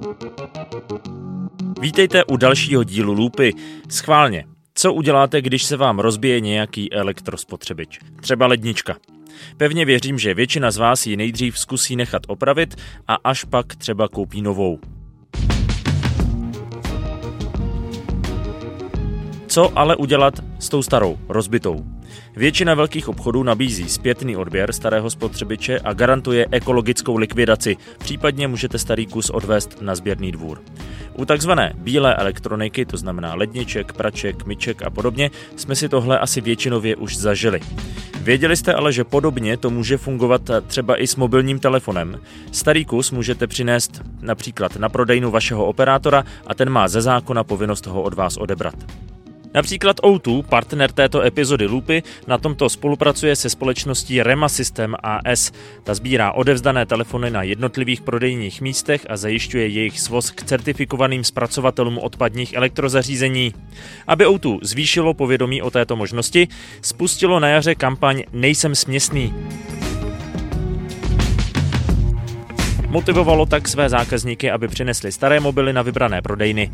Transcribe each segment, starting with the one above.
Vítejte u dalšího dílu Lupy. Schválně, co uděláte, když se vám rozbije nějaký elektrospotřebič? Třeba lednička. Pevně věřím, že většina z vás ji nejdřív zkusí nechat opravit a až pak třeba koupí novou. Co ale udělat s tou starou, rozbitou? Většina velkých obchodů nabízí zpětný odběr starého spotřebiče a garantuje ekologickou likvidaci, případně můžete starý kus odvést na sběrný dvůr. U takzvané bílé elektroniky, to znamená ledniček, praček, myček a podobně, jsme si tohle asi většinově už zažili. Věděli jste ale, že podobně to může fungovat třeba i s mobilním telefonem. Starý kus můžete přinést například na prodejnu vašeho operátora a ten má ze zákona povinnost ho od vás odebrat. Například O2, partner této epizody Lupy, na tomto spolupracuje se společností Rema System AS. Ta sbírá odevzdané telefony na jednotlivých prodejních místech a zajišťuje jejich svoz k certifikovaným zpracovatelům odpadních elektrozařízení. Aby O2 zvýšilo povědomí o této možnosti, spustilo na jaře kampaň Nejsem směsný. Motivovalo tak své zákazníky, aby přinesli staré mobily na vybrané prodejny.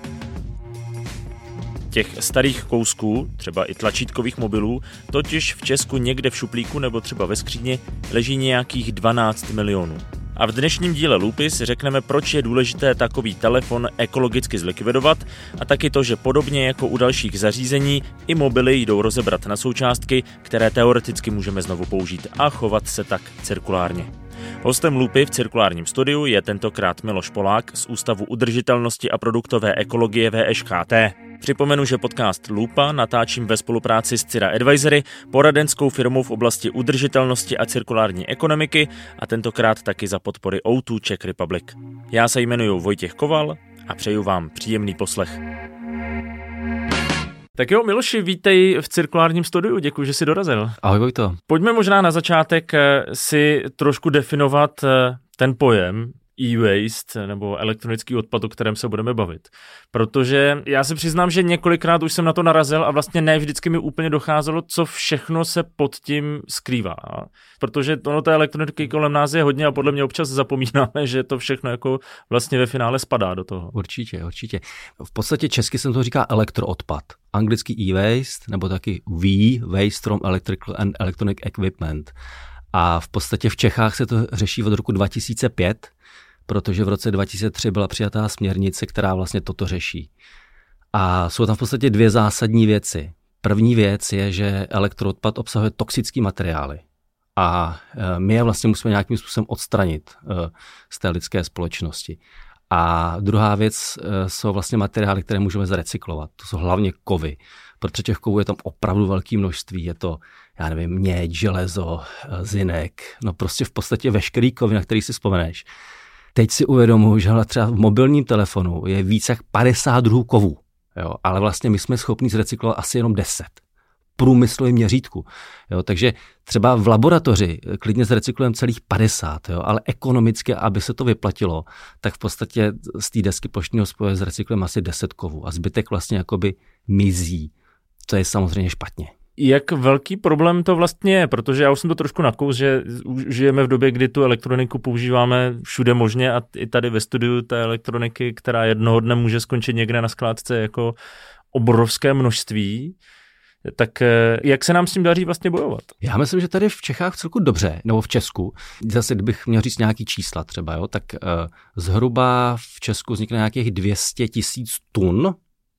Těch starých kousků, třeba i tlačítkových mobilů, totiž v Česku někde v šuplíku nebo třeba ve skříni leží nějakých 12 milionů. A v dnešním díle Lupy si řekneme, proč je důležité takový telefon ekologicky zlikvidovat a taky to, že podobně jako u dalších zařízení i mobily jdou rozebrat na součástky, které teoreticky můžeme znovu použít a chovat se tak cirkulárně. Hostem Lupy v cirkulárním studiu je tentokrát Miloš Polák z Ústavu udržitelnosti a produktové ekologie VŠHT. Připomenu, že podcast Lupa natáčím ve spolupráci s Cira Advisory, poradenskou firmou v oblasti udržitelnosti a cirkulární ekonomiky a tentokrát taky za podpory O2 Czech Republic. Já se jmenuji Vojtěch Koval a přeju vám příjemný poslech. Tak jo, Miloši, vítej v cirkulárním studiu, děkuji, že jsi dorazil. Ahoj Vojto. Pojďme možná na začátek si trošku definovat ten pojem e-waste nebo elektronický odpad, o kterém se budeme bavit. Protože já se přiznám, že několikrát už jsem na to narazil a vlastně ne vždycky mi úplně docházelo, co všechno se pod tím skrývá. Protože ono té elektroniky kolem nás je hodně a podle mě občas zapomínáme, že to všechno jako vlastně ve finále spadá do toho. Určitě. V podstatě česky se to říká elektroodpad. Anglický e-waste nebo taky waste from electrical and electronic equipment. A v podstatě v Čechách se to řeší od roku 2005, protože v roce 2003 byla přijatá směrnice, která vlastně toto řeší. A jsou tam v podstatě dvě zásadní věci. První věc je, že elektroodpad obsahuje toxické materiály. A my je vlastně musíme nějakým způsobem odstranit z té lidské společnosti. A druhá věc jsou vlastně materiály, které můžeme zrecyklovat. To jsou hlavně kovy. Protože těch kovů je tam opravdu velké množství. Je to, já nevím, měď, železo, zinek, no prostě v podstatě veškerý kovy, na který si vzpomeneš. Teď si uvědomuji, že třeba v mobilním telefonu je více jak 50 druhů kovů, jo? Ale vlastně my jsme schopni zrecyklovat asi jenom 10. Průmyslovém měřítku. Jo? Takže třeba v laboratoři klidně zrecyklujeme celých 50, jo? Ale ekonomicky, aby se to vyplatilo, tak v podstatě z té desky plošného spoje zrecyklujeme asi 10 kovů a zbytek vlastně jakoby mizí. To je samozřejmě špatně. Jak velký problém to vlastně je, protože já už jsem to trošku nakous, že žijeme v době, kdy tu elektroniku používáme všude možně a i tady ve studiu té elektroniky, která jednoho dne může skončit někde na skládce jako obrovské množství. Tak jak se nám s tím daří vlastně bojovat? Já myslím, že tady v Čechách celku dobře, nebo v Česku. Zase, kdybych měl říct nějaký čísla třeba, jo, tak zhruba v Česku vznikne nějakých 200 000 tun,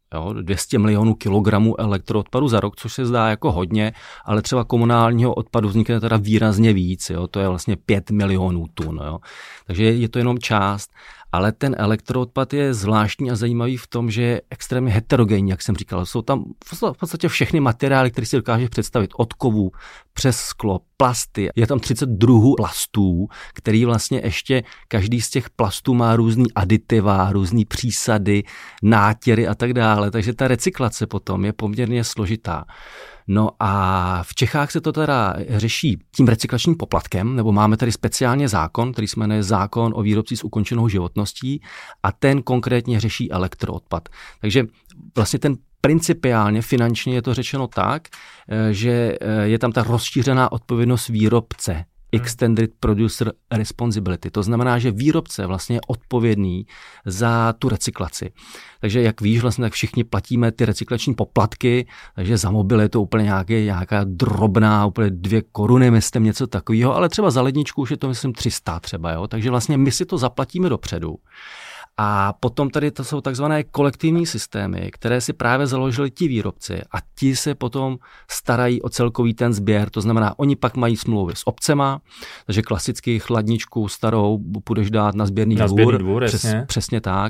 200 milionů kilogramů elektroodpadu za rok, což se zdá jako hodně, ale třeba komunálního odpadu vznikne teda výrazně víc, jo, to je vlastně 5 milionů tun. Jo. Takže je to jenom část, ale ten elektroodpad je zvláštní a zajímavý v tom, že je extrémně heterogenní, jak jsem říkal. Jsou tam v podstatě všechny materiály, které si dokážeš představit, od kovů přes sklo, plasty. Je tam 30 druhů plastů, který vlastně ještě každý z těch plastů má různý aditiva, různý přísady, nátěry a tak dále. Takže ta recyklace potom je poměrně složitá. No a v Čechách se to teda řeší tím recyklačním poplatkem, nebo máme tady speciálně zákon, který se jmenuje zákon o výrobcích s ukončenou životností a ten konkrétně řeší elektroodpad. Takže vlastně ten principiálně finančně je to řečeno tak, že je tam ta rozšířená odpovědnost výrobce Extended Producer Responsibility. To znamená, že výrobce vlastně je odpovědný za tu recyklaci. Takže jak víš, vlastně tak všichni platíme ty recyklační poplatky, takže za mobil je to úplně nějaká drobná, úplně 2 koruny, myslím něco takového, ale třeba za ledničku už je to, myslím, 300 třeba, jo. Takže vlastně my si to zaplatíme dopředu. A potom tady to jsou takzvané kolektivní systémy, které si právě založili ti výrobci a ti se potom starají o celkový ten sběr. To znamená, oni pak mají smlouvy s obcema, takže klasicky chladničku starou půjdeš dát na sběrný dvůr. Přesně tak.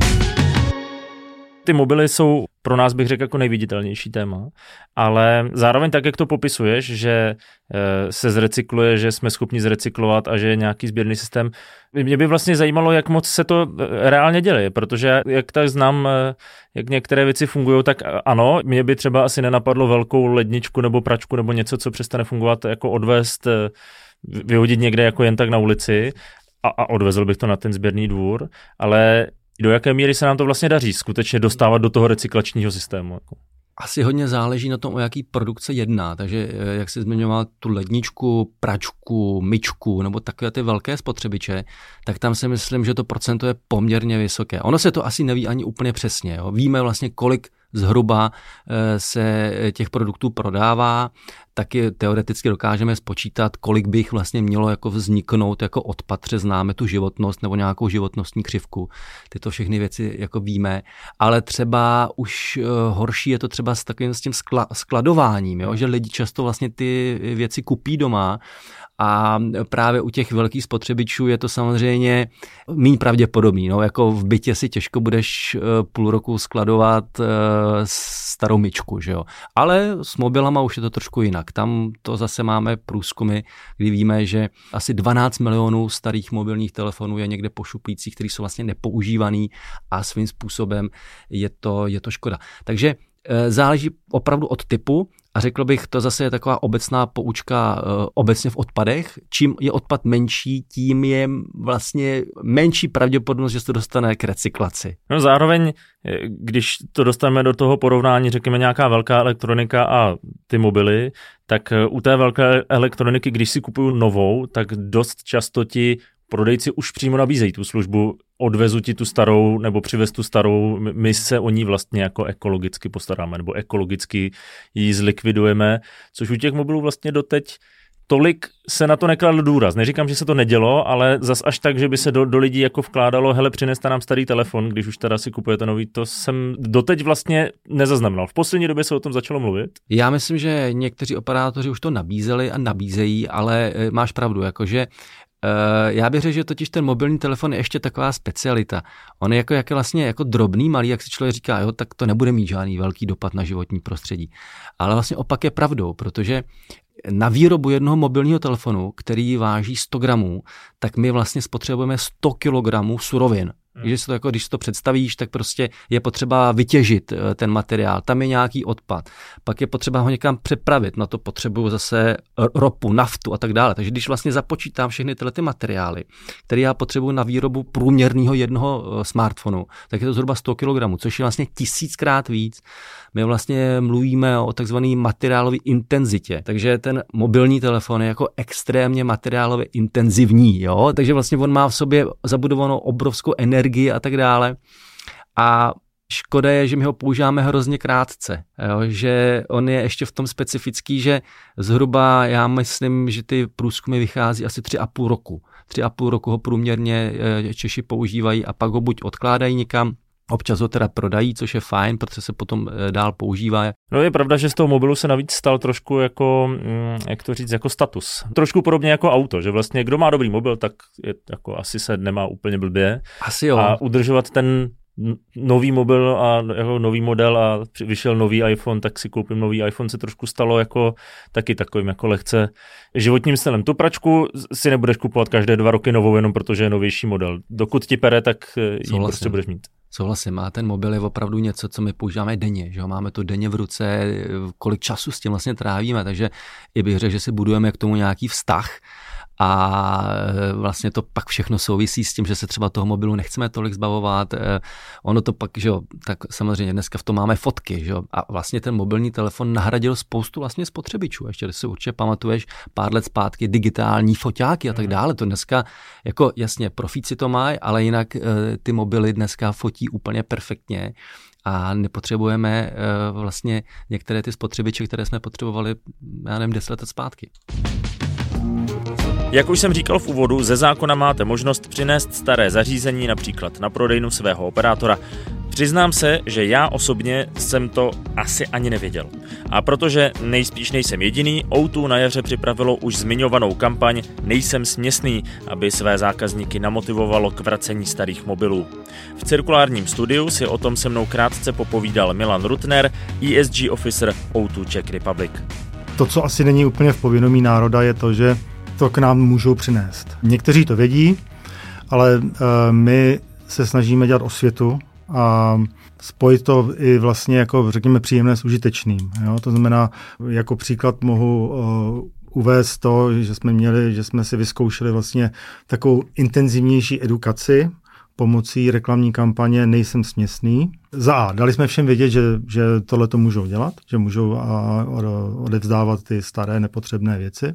Ty mobily jsou pro nás, bych řekl, jako nejviditelnější téma, ale zároveň tak, jak to popisuješ, že se zrecykluje, že jsme schopni zrecyklovat a že je nějaký sběrný systém. Mě by vlastně zajímalo, jak moc se to reálně děje, protože jak tak znám, jak některé věci fungují, tak ano, mě by třeba asi nenapadlo velkou ledničku nebo pračku nebo něco, co přestane fungovat, jako odvést, vyhodit někde jako jen tak na ulici a odvezl bych to na ten sběrný dvůr, ale do jaké míry se nám to vlastně daří skutečně dostávat do toho recyklačního systému? Asi hodně záleží na tom, o jaký produkt se jedná. Takže jak jsi zmiňoval tu ledničku, pračku, myčku nebo takové ty velké spotřebiče, tak tam si myslím, že to procento je poměrně vysoké. Ono se to asi neví ani úplně přesně. Jo. Víme vlastně, kolik zhruba se těch produktů prodává, taky teoreticky dokážeme spočítat, kolik by jich vlastně mělo jako vzniknout jako odpad, protože známe tu životnost nebo nějakou životnostní křivku. Tyto všechny věci jako víme, ale třeba už horší je to třeba s takovým s tím skladováním, jo? Že lidi často vlastně ty věci kupí doma a právě u těch velkých spotřebičů je to samozřejmě méně pravděpodobný. No? Jako v bytě si těžko budeš půl roku skladovat starou myčku, že jo. Ale s mobilama už je to trošku jinak. Tam to zase máme průzkumy, kdy víme, že asi 12 milionů starých mobilních telefonů je někde pošuplících, který jsou vlastně nepoužívaný a svým způsobem je to škoda. Takže záleží opravdu od typu a řekl bych, to zase je taková obecná poučka obecně v odpadech. Čím je odpad menší, tím je vlastně menší pravděpodobnost, že se to dostane k recyklaci. No zároveň, když to dostaneme do toho porovnání, řekněme nějaká velká elektronika a ty mobily, tak u té velké elektroniky, když si kupuju novou, tak dost často ti prodejci už přímo nabízejí tu službu, odvezu ti tu starou nebo přivez tu starou, my se o ní vlastně jako ekologicky postaráme nebo ekologicky ji zlikvidujeme, což u těch mobilů vlastně doteď tolik se na to nekladl důraz. Neříkám, že se to nedělo, ale zas až tak, že by se do lidí jako vkládalo, hele, přineste nám starý telefon, když už teda si kupujete nový, to jsem doteď vlastně nezaznamenal. V poslední době se o tom začalo mluvit. Já myslím, že někteří operátoři už to nabízeli a nabízejí, ale máš pravdu, jakože já bych řekl, že totiž ten mobilní telefon je ještě taková specialita. On je jako vlastně jako drobný, malý, jak si člověk říká, jo, tak to nebude mít žádný velký dopad na životní prostředí. Ale vlastně opak je pravdou, protože na výrobu jednoho mobilního telefonu, který váží 100 gramů, tak my vlastně spotřebujeme 100 kilogramů surovin. Když si to představíš, tak prostě je potřeba vytěžit ten materiál, tam je nějaký odpad, pak je potřeba ho někam přepravit, na to potřebuju zase ropu, naftu a tak dále. Takže když vlastně započítám všechny tyhle ty materiály, které já potřebuju na výrobu průměrného jednoho smartphonu, tak je to zhruba 100 kg, což je vlastně 1000krát víc. My vlastně mluvíme o takzvané materiálové intenzitě, takže ten mobilní telefon je jako extrémně materiálově intenzivní, jo? Takže vlastně on má v sobě zabudovanou obrovskou energii a tak dále. A škoda je, že my ho používáme hrozně krátce, jo? Že on je ještě v tom specifický, že zhruba já myslím, že ty průzkumy vychází asi 3,5 roku. 3,5 roku ho průměrně Češi používají a pak ho buď odkládají někam, občas ho teda prodají, což je fajn, protože se potom dál používá. No je pravda, že z toho mobilu se navíc stal trošku jako, jak to říct, jako status. Trošku podobně jako auto, že vlastně kdo má dobrý mobil, tak je, jako asi se nemá úplně blbě. Asi jo. A udržovat ten nový mobil a jako nový model a vyšel nový iPhone, tak si koupím nový iPhone, se trošku stalo jako taky takovým jako lehce životním stylem. Tu pračku si nebudeš kupovat každé 2 roky novou, jenom protože je novější model. Dokud ti pere, tak ji prostě budeš mít. Souhlasím, a ten mobil je opravdu něco, co my používáme denně, že jo? Máme to denně v ruce, kolik času s tím vlastně trávíme, takže i bych řekl, že si budujeme k tomu nějaký vztah a vlastně to pak všechno souvisí s tím, že se třeba toho mobilu nechceme tolik zbavovat. Ono to pak, že jo, tak samozřejmě dneska v tom máme fotky, že jo, a vlastně ten mobilní telefon nahradil spoustu vlastně spotřebičů. Ještě si určitě pamatuješ pár let zpátky digitální foťáky a tak dále. To dneska, jako jasně, profíci to mají, ale jinak ty mobily dneska fotí úplně perfektně a nepotřebujeme vlastně některé ty spotřebiče, které jsme potřebovali, já nevím, 10 let zpátky. Jak už jsem říkal v úvodu, ze zákona máte možnost přinést staré zařízení například na prodejnu svého operátora. Přiznám se, že já osobně jsem to asi ani nevěděl. A protože nejspíš nejsem jediný, O2 na jaře připravilo už zmiňovanou kampaň Nejsem směsný, aby své zákazníky namotivovalo k vracení starých mobilů. V cirkulárním studiu si o tom se mnou krátce popovídal Milan Rutner, ESG officer O2 Czech Republic. To, co asi není úplně v povědomí národa, je to, že to k nám můžou přinést. Někteří to vědí, ale my se snažíme dělat osvětu a spojit to i vlastně jako, řekněme, příjemné s užitečným. Jo? To znamená, jako příklad mohu uvést to, že jsme si vyzkoušeli vlastně takovou intenzivnější edukaci pomocí reklamní kampaně Nejsem směsný. Dali jsme všem vědět, že tohle to můžou dělat, že můžou odevzdávat ty staré nepotřebné věci.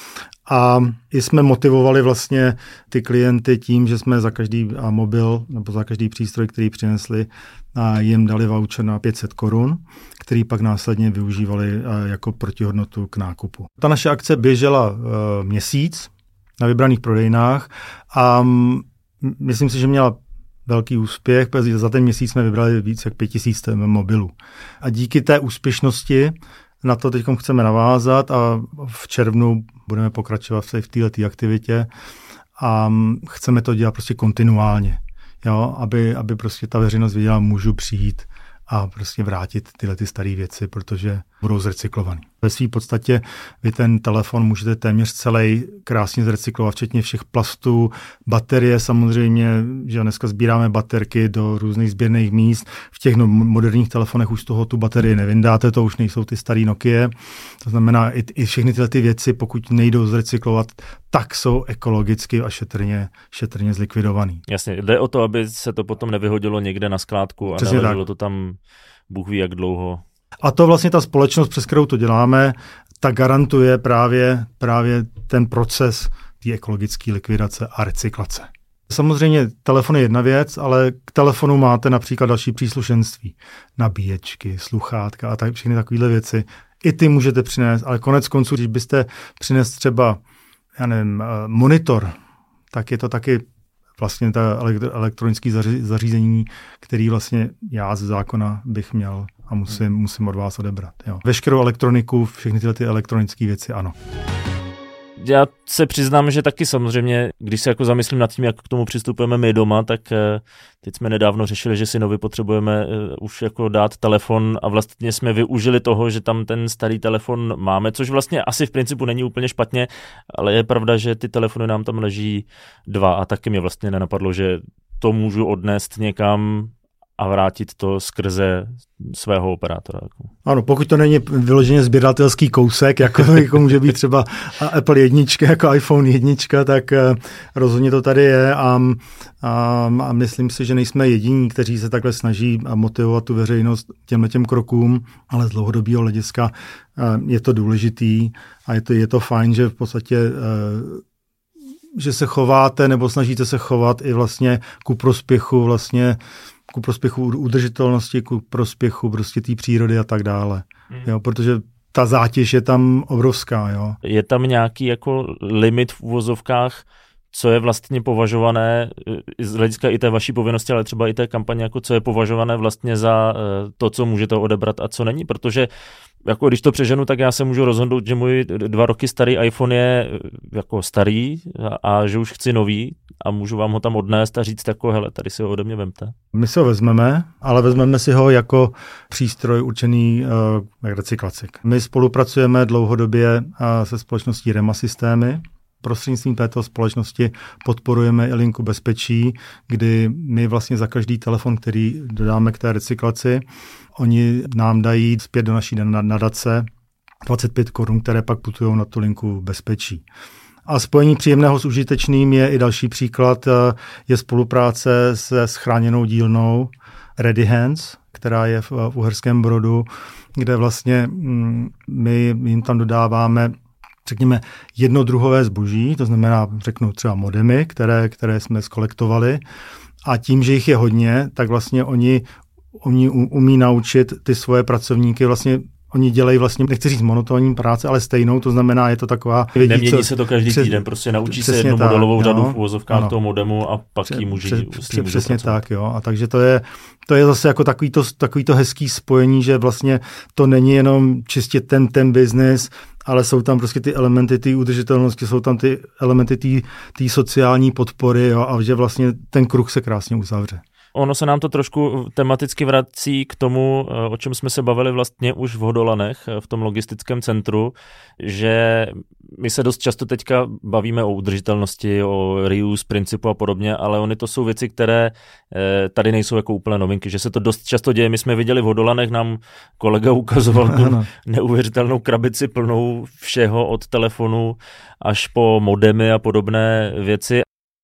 A i jsme motivovali vlastně ty klienty tím, že jsme za každý mobil nebo za každý přístroj, který přinesli, jim dali voucher na 500 korun, který pak následně využívali jako protihodnotu k nákupu. Ta naše akce běžela měsíc na vybraných prodejnách a myslím si, že měla velký úspěch, protože za ten měsíc jsme vybrali víc jak 5000 mobilů. A díky té úspěšnosti na to teď chceme navázat a v červnu budeme pokračovat v této aktivitě a chceme to dělat prostě kontinuálně, jo? Aby prostě ta veřejnost věděla, můžu přijít a prostě vrátit tyhle ty staré věci, protože budou zrecyklovaný. Ve své podstatě vy ten telefon můžete téměř celý krásně zrecyklovat, včetně všech plastů, baterie samozřejmě, že dneska sbíráme baterky do různých sběrných míst. V těch moderních telefonech už z toho tu baterii nevyndáte, to už nejsou ty starý Nokia. To znamená, i všechny tyhle ty věci, pokud nejdou zrecyklovat, tak jsou ekologicky a šetrně zlikvidovaný. Jasně, jde o to, aby se to potom nevyhodilo někde na skládku a neleželo to tam Bůh ví jak dlouho. A to vlastně ta společnost, přes kterou to děláme, ta garantuje právě ten proces té ekologické likvidace a recyklace. Samozřejmě telefon je jedna věc, ale k telefonu máte například další příslušenství. Nabíječky, sluchátka a tak, všechny takovéhle věci. I ty můžete přinést, ale konec konců, když byste přines třeba, já nevím, monitor, tak je to taky vlastně ta elektronické zařízení, který vlastně já ze zákona bych měl a musím od vás odebrat. Jo. Veškerou elektroniku, všechny tyhle ty elektronické věci, ano. Já se přiznám, že taky samozřejmě, když se jako zamyslím nad tím, jak k tomu přistupujeme my doma, tak teď jsme nedávno řešili, že si nově potřebujeme už jako dát telefon a vlastně jsme využili toho, že tam ten starý telefon máme, což vlastně asi v principu není úplně špatně, ale je pravda, že ty telefony nám tam leží 2 a taky mě vlastně nenapadlo, že to můžu odnést někam a vrátit to skrze svého operátora. Ano, pokud to není vyloženě sběratelský kousek, jako může být třeba Apple 1, jako iPhone 1, tak rozhodně to tady je a myslím si, že nejsme jediní, kteří se takhle snaží motivovat tu veřejnost těm krokům, ale z dlouhodobého hlediska je to důležitý a je to fajn, že v podstatě že se chováte nebo snažíte se chovat i vlastně ku prospěchu udržitelnosti, ku prospěchu prostě té přírody a tak dále. Jo, protože ta zátěž je tam obrovská. Jo. Je tam nějaký jako limit v uvozovkách, co je vlastně považované z hlediska i té vaší povinnosti, ale třeba i té kampaně, jako co je považované vlastně za to, co můžete odebrat a co není, protože jako když to přeženu, tak já se můžu rozhodnout, že můj 2 roky starý iPhone je jako starý a že už chci nový a můžu vám ho tam odnést a říct jako hele, tady si ho ode mě vemte. My si ho vezmeme, ale vezmeme si ho jako přístroj určený k recyklaci. My spolupracujeme dlouhodobě se společností Rema Systémy. Prostřednictvím této společnosti podporujeme i linku bezpečí, kdy my vlastně za každý telefon, který dodáme k té recyklaci, oni nám dají zpět do naší nadace 25 korun, které pak putují na tu linku bezpečí. A spojení příjemného s užitečným je i další příklad, je spolupráce se chráněnou dílnou Ready Hands, která je v Uherském Brodu, kde vlastně my jim tam dodáváme, řekněme, jednodruhové zboží, to znamená, řeknu třeba modemy, které jsme skolektovali, a tím, že jich je hodně, tak vlastně oni umí naučit ty svoje pracovníky, vlastně oni dělají vlastně, nechci říct monotónní práce, ale stejnou, to znamená, je to taková... Nemění se to každý týden, prostě naučí se jednu modelovou řadu v uvozovkách toho modemu a pak ji může přesně tak, jo. A takže to je zase jako takovýto hezký spojení, že vlastně to není jenom čistě ten biznis, ale jsou tam prostě ty elementy té udržitelnosti, jsou tam ty elementy té sociální podpory, jo, a že vlastně ten kruh se krásně uzavře. Ono se nám to trošku tematicky vrací k tomu, o čem jsme se bavili vlastně už v Hodolanech, v tom logistickém centru, že my se dost často teďka bavíme o udržitelnosti, o reuse principu a podobně, ale ony to jsou věci, které tady nejsou jako úplné novinky, že se to dost často děje. My jsme viděli v Hodolanech, nám kolega ukazoval tu neuvěřitelnou krabici plnou všeho od telefonu až po modemy a podobné věci.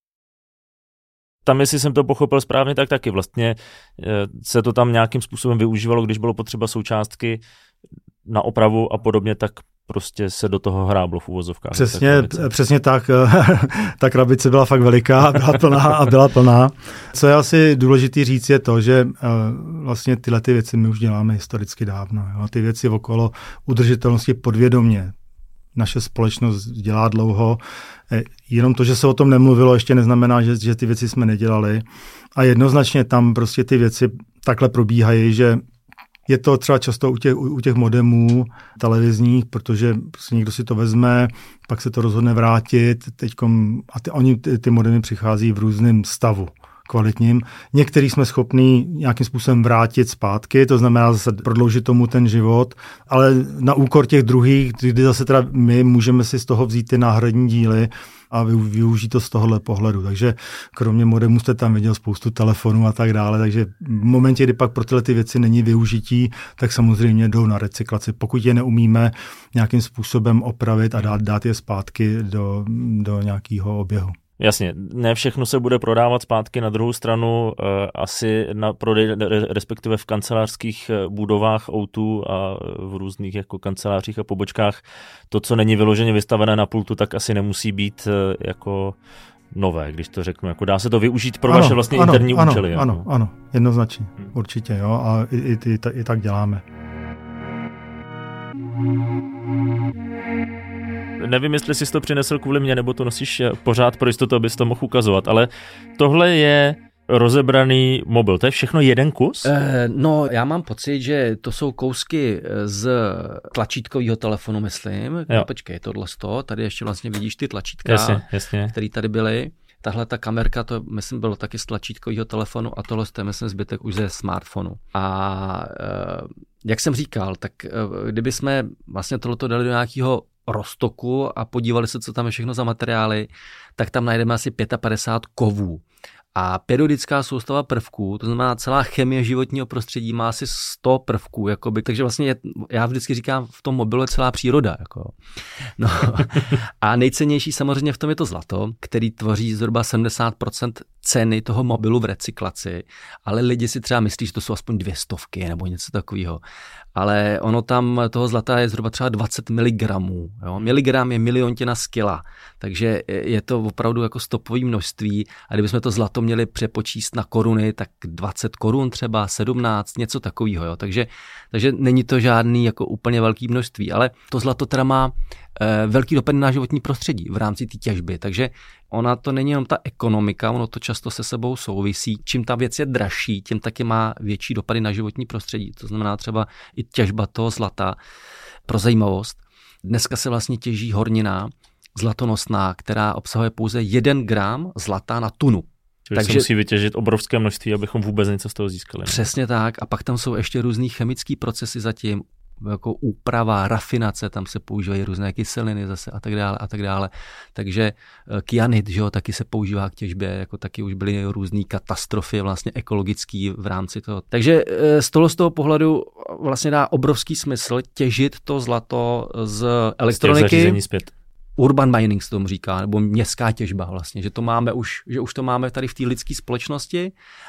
Tam, jestli jsem to pochopil správně, tak taky vlastně se to tam nějakým způsobem využívalo, když bylo potřeba součástky na opravu a podobně, tak prostě se do toho hráblo v uvozovkách. Přesně tak. Ta krabice byla fakt veliká, byla plná. Co je asi důležité říct, je to, že vlastně tyhle ty věci my už děláme historicky dávno. Jo? Ty věci okolo udržitelnosti podvědomě naše společnost dělá dlouho. Jenom to, že se o tom nemluvilo, ještě neznamená, že ty věci jsme nedělali. A jednoznačně tam prostě ty věci takhle probíhají, že je to třeba často u těch modemů televizních, protože prostě někdo si to vezme, pak se to rozhodne vrátit, ty modemy přichází v různém stavu kvalitním. Některý jsme schopní nějakým způsobem vrátit zpátky, to znamená zase prodloužit tomu ten život, ale na úkor těch druhých, kdy zase teda my můžeme si z toho vzít ty náhradní díly a využít to z tohohle pohledu. Takže kromě modemů jste tam viděl spoustu telefonů a tak dále, takže v momentě, kdy pak pro tyhle ty věci není využití, tak samozřejmě jdou na recyklaci. Pokud je neumíme nějakým způsobem opravit a dát je zpátky do nějakého oběhu. Jasně, ne všechno se bude prodávat zpátky, na druhou stranu asi na prodej, respektive v kancelářských budovách O2 a v různých jako kancelářích a pobočkách, to, co není vyloženě vystavené na pultu, tak asi nemusí být jako nové, když to řeknu. Jako dá se to využít pro vaše vlastně interní účely. Ano, jednoznačně, určitě, jo, a i tak děláme. Nevím, jestli jsi to přinesl kvůli mě, nebo to nosíš pořád pro jistotu, abys to mohl ukazovat, ale tohle je rozebraný mobil. To je všechno jeden kus? No, já mám pocit, že to jsou kousky z tlačítkového telefonu, myslím. No, počkej, tady ještě vlastně vidíš ty tlačítka, jasně. které tady byly. Tahle ta kamerka, to myslím bylo taky z tlačítkového telefonu a tohle je myslím zbytek už ze smartphonu. A jak jsem říkal, tak kdyby jsme vlastně tohleto dali do nějakého roztoku a podívali se, co tam je všechno za materiály, tak tam najdeme asi 55 kovů. A periodická soustava prvků, to znamená celá chemie životního prostředí má asi 100 prvků, jakoby, takže vlastně já vždycky říkám, v tom mobilu je celá příroda. Jako. No. A nejcennější samozřejmě v tom je to zlato, který tvoří zhruba 70% ceny toho mobilu v recyklaci, ale lidi si třeba myslí, že to jsou aspoň 200 nebo něco takového. Ale ono tam toho zlata je zhruba třeba 20 mg. Jo? Miligram je miliontina z kila, takže je to opravdu jako stopový množství a kdybychom to zlato měli přepočíst na koruny, tak 20 korun třeba, 17, něco takového. Jo? Takže není to žádný jako úplně velký množství, ale to zlato teda má velký dopad na životní prostředí v rámci té těžby, takže ona to není jenom ta ekonomika, ono to často se sebou souvisí. Čím ta věc je dražší, tím taky má větší dopady na životní prostředí. To znamená třeba i těžba toho zlata. Pro zajímavost, dneska se vlastně těží hornina zlatonosná, která obsahuje pouze 1 gram zlata na tunu. Takže se musí vytěžit obrovské množství, abychom vůbec něco z toho získali. Přesně tak. A pak tam jsou ještě různý chemický procesy zatím, jako úprava, rafinace, tam se používají různé kyseliny zase a tak dále. Takže kyanid, že jo, taky se používá k těžbě, jako taky už byly různé katastrofy vlastně ekologický v rámci toho. Takže z toho pohledu vlastně dá obrovský smysl těžit to zlato z elektroniky. Z těch zařízení zpět. urban mining se tomu říká, nebo městská těžba vlastně, že už to máme tady v té lidské společnosti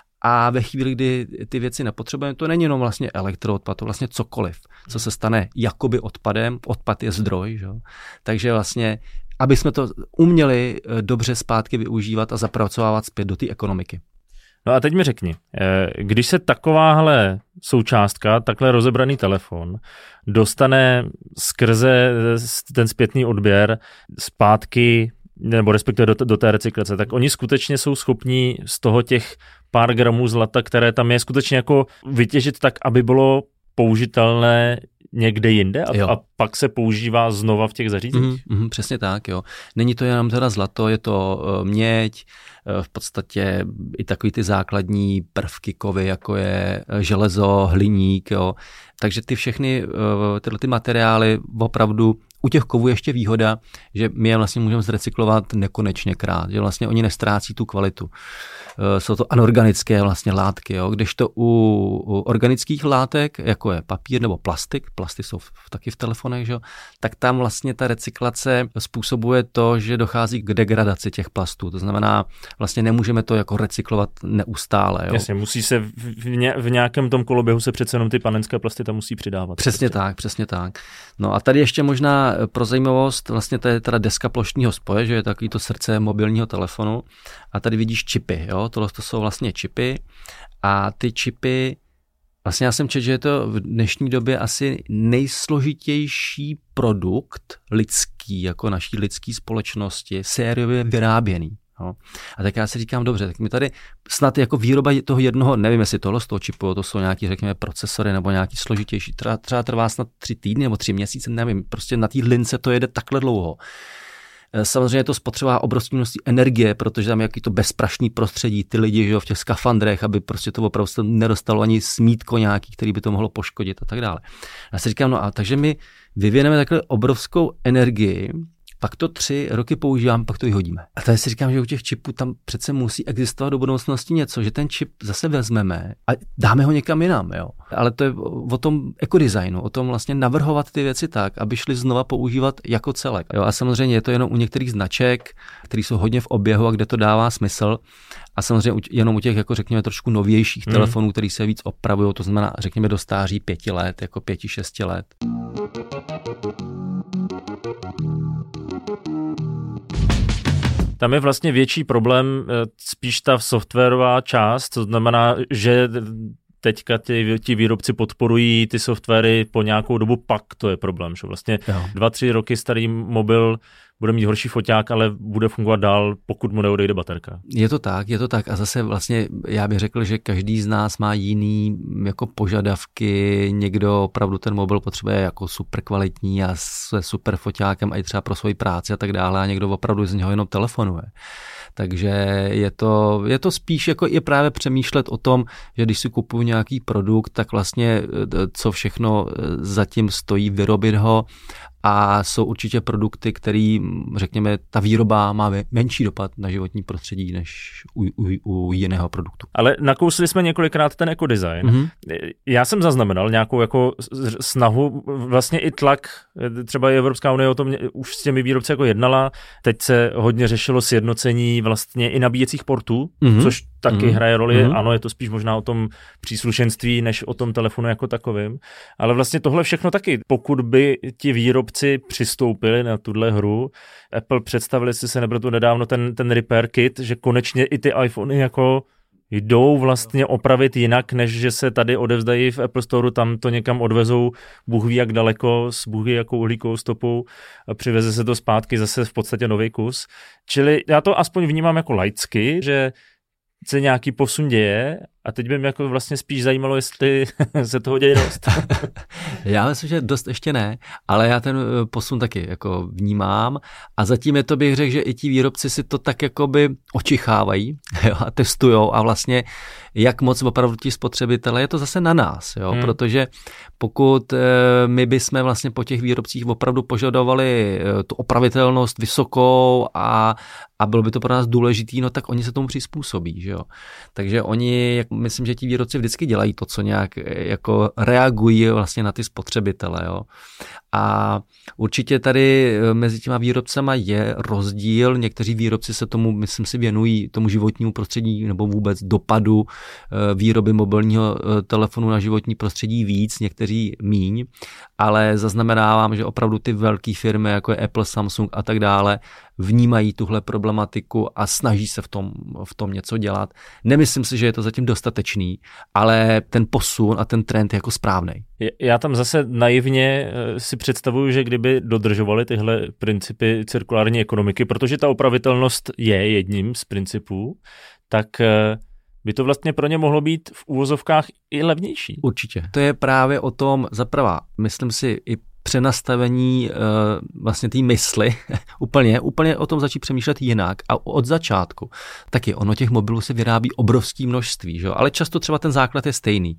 a ve chvíli, kdy ty věci nepotřebujeme, to není jenom vlastně elektroodpad, to vlastně cokoliv, co se stane jakoby odpadem, odpad je zdroj, že? Takže vlastně, aby jsme to uměli dobře zpátky využívat a zapracovávat zpět do té ekonomiky. No a teď mi řekni, když se takováhle součástka, takhle rozebraný telefon, dostane skrze ten zpětný odběr zpátky, nebo respektive do té recyklace, tak oni skutečně jsou schopní z toho těch pár gramů zlata, které tam je, skutečně jako vytěžit tak, aby bylo použitelné někde jinde a pak se používá znova v těch zařízeních? Přesně tak, jo. Není to jenom teda zlato, je to měď, v podstatě i takový ty základní prvky kovy, jako je železo, hliník, jo. Takže ty všechny tyhle ty materiály opravdu u těch kovů ještě výhoda, že my je vlastně můžeme zrecyklovat nekonečněkrát, že vlastně oni nestrácí tu kvalitu. Jsou to anorganické vlastně látky, jo. Kdežto u organických látek, jako je papír nebo plastik, plasty jsou taky v telefonech, že? Tak tam vlastně ta recyklace způsobuje to, že dochází k degradaci těch plastů. To znamená, vlastně nemůžeme to jako recyklovat neustále. Jo? Jasně, musí se v nějakém tom koloběhu se přece jenom ty panenské plasty tam musí přidávat. Přesně tak. No a tady ještě možná pro zajímavost, vlastně to je teda deska plošního spoje, že je takový to srdce mobilního telefonu a tady vidíš čipy, jo? Tohle to jsou vlastně čipy a ty čipy, vlastně já jsem četl, že je to v dnešní době asi nejsložitější produkt lidský, jako naší lidské společnosti, sériově vyráběný. Jo. A tak já si říkám, dobře, tak mi tady snad jako výroba toho jednoho, nevím, jestli tohle z toho čipu, to jsou nějaký, řekněme, procesory nebo nějaký složitější, třeba trvá snad 3 týdny nebo 3 měsíce, nevím, prostě na té lince to jede takhle dlouho. Samozřejmě to spotřebuje obrovské množství energie, protože tam je jaký to bezprašný prostředí, ty lidi, že v těch skafandrech, aby prostě to opravdu nedostalo ani smítko nějaký, který by to mohlo poškodit a tak dále. Já si říkám, no a takže my vyvineme takhle obrovskou energii, pak to 3 roky používám, pak to vyhodíme. A tady si říkám, že u těch čipů tam přece musí existovat do budoucnosti něco, že ten čip zase vezmeme a dáme ho někam jinam, jo. Ale to je o tom ekodesignu, o tom vlastně navrhovat ty věci tak, aby šli znova používat jako celek. Jo. A samozřejmě je to jenom u některých značek, které jsou hodně v oběhu a kde to dává smysl. A samozřejmě jenom u těch, jako řekněme, trošku novějších telefonů, který se víc opravují, to znamená, řekněme, do stáří 5 let, jako 5-6 let. Tam je vlastně větší problém spíš ta softwarová část, to znamená, že teďka ti výrobci podporují ty softwary po nějakou dobu, pak to je problém, že vlastně 2-3 roky starý mobil bude mít horší foťák, ale bude fungovat dál, pokud mu neodejde baterka. Je to tak a zase vlastně já bych řekl, že každý z nás má jiný jako požadavky, někdo opravdu ten mobil potřebuje jako super kvalitní a se super foťákem a i třeba pro svoji práci a tak dále a někdo opravdu z něho jenom telefonuje. Takže je to spíš jako i právě přemýšlet o tom, že když si kupuju nějaký produkt, tak vlastně co všechno zatím stojí vyrobit ho a jsou určitě produkty, které, řekněme, ta výroba má menší dopad na životní prostředí než u jiného produktu. Ale nakousli jsme několikrát ten ekodesign. Mm-hmm. Já jsem zaznamenal nějakou jako snahu, vlastně i tlak, třeba i Evropská unie o tom už s těmi výrobci jako jednala, teď se hodně řešilo sjednocení vlastně i nabíjecích portů, což taky hraje roli, ano, je to spíš možná o tom příslušenství, než o tom telefonu jako takovým, ale vlastně tohle všechno taky, pokud by ti výrobci přistoupili na tuhle hru, Apple představili si se nebylo nedávno ten repair kit, že konečně i ty iPhony jako jdou vlastně opravit jinak, než že se tady odevzdají v Apple Store, tam to někam odvezou, Bůh ví jak daleko, s Bůh ví jakou uhlíkovou stopou a přiveze se to zpátky zase v podstatě nový kus. Čili já to aspoň vnímám jako laicky, že se nějaký posun děje a teď by mě jako vlastně spíš zajímalo, jestli se toho děje dost. Já myslím, že dost ještě ne, ale já ten posun taky jako vnímám a zatím je to, bych řekl, že i ti výrobci si to tak jakoby očichávají, jo, a testujou a vlastně jak moc opravdu ti spotřebitelé, je to zase na nás, jo? Protože pokud my bychom vlastně po těch výrobcích opravdu požadovali tu opravitelnost vysokou a bylo by to pro nás důležitý, no tak oni se tomu přizpůsobí, že jo. Takže oni, myslím, že ti výrobci vždycky dělají to, co nějak jako reagují vlastně na ty spotřebitele, jo. A určitě tady mezi těma výrobcema je rozdíl. Někteří výrobci se tomu, myslím si, věnují tomu životnímu prostředí nebo vůbec dopadu výroby mobilního telefonu na životní prostředí víc, někteří míň, ale zaznamenávám, že opravdu ty velké firmy, jako je Apple, Samsung a tak dále, vnímají tuhle problematiku a snaží se v tom něco dělat. Nemyslím si, že je to zatím dostatečný, ale ten posun a ten trend je jako správnej. Já tam zase naivně si představuju, že kdyby dodržovali tyhle principy cirkulární ekonomiky, protože ta opravitelnost je jedním z principů, tak by to vlastně pro ně mohlo být v úvozovkách i levnější. Určitě. To je právě o tom, zaprvé, myslím si, i přenastavení vlastně té mysli, úplně o tom začít přemýšlet jinak a od začátku. Taky ono těch mobilů se vyrábí obrovské množství, že? Ale často třeba ten základ je stejný.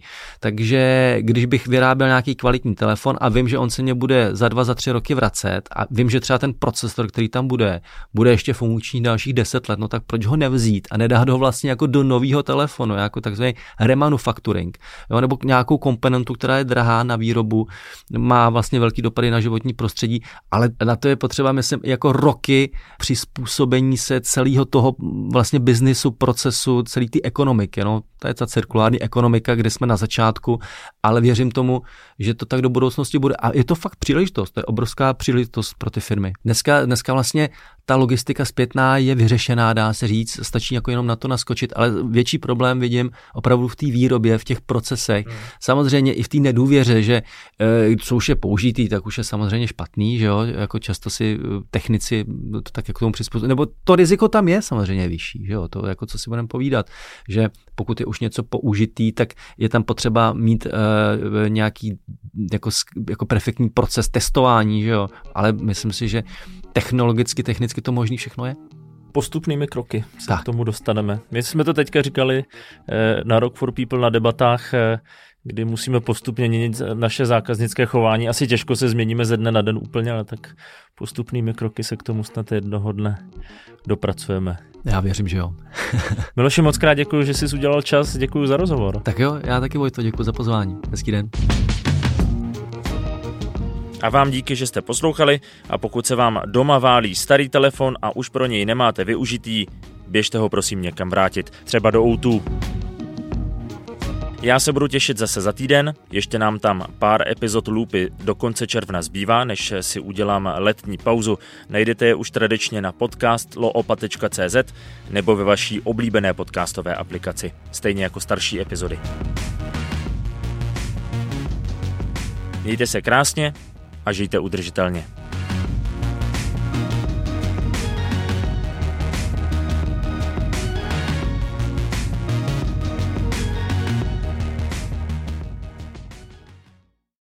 Takže když bych vyráběl nějaký kvalitní telefon a vím, že on se mě bude za 2, za 3 roky vracet a vím, že třeba ten procesor, který tam bude ještě funkční dalších 10 let, no tak proč ho nevzít a nedát ho vlastně jako do nového telefonu, jako takzvaný remanufacturing, jo? Nebo nějakou komponentu, která je drahá na výrobu, má vlastně velký dopady na životní prostředí, ale na to je potřeba, myslím, jako roky přizpůsobení se celého toho vlastně biznisu, procesu, celé té ekonomiky. No, to je ta cirkulární ekonomika, kde jsme na začátku, ale věřím tomu, že to tak do budoucnosti bude. A je to fakt příležitost, to je obrovská příležitost pro ty firmy. Dneska vlastně ta logistika zpětná je vyřešená, dá se říct, stačí jako jenom na to naskočit, ale větší problém vidím opravdu v té výrobě, v těch procesech. Samozřejmě i v té nedůvěře, že co už je použitý, tak už je samozřejmě špatný, že jo, jako často si technici to tak jako tomu přizpůsobí, nebo to riziko tam je samozřejmě vyšší, že jo, to jako co si budeme povídat, že pokud je už něco použitý, tak je tam potřeba mít nějaký jako perfektní proces testování, že jo, ale myslím si, že technicky to možný všechno je. Postupnými kroky se k tomu dostaneme. My jsme to teďka říkali na Rock for People na debatách, kdy musíme postupně měnit naše zákaznické chování. Asi těžko se změníme ze dne na den úplně, ale tak postupnými kroky se k tomu snad jednoho dne dopracujeme. Já věřím, že jo. Miloši, moc krát děkuji, že jsi udělal čas, děkuji za rozhovor. Tak jo, já taky, Vojto, děkuji za pozvání. Hezký den. A vám díky, že jste poslouchali, a pokud se vám doma válí starý telefon a už pro něj nemáte využitý, běžte ho prosím někam vrátit, třeba do O2. Já se budu těšit zase za týden, ještě nám tam pár epizod Loopy do konce června zbývá, než si udělám letní pauzu. Najdete je už tradičně na podcast.loopa.cz nebo ve vaší oblíbené podcastové aplikaci, stejně jako starší epizody. Mějte se krásně a žijte udržitelně.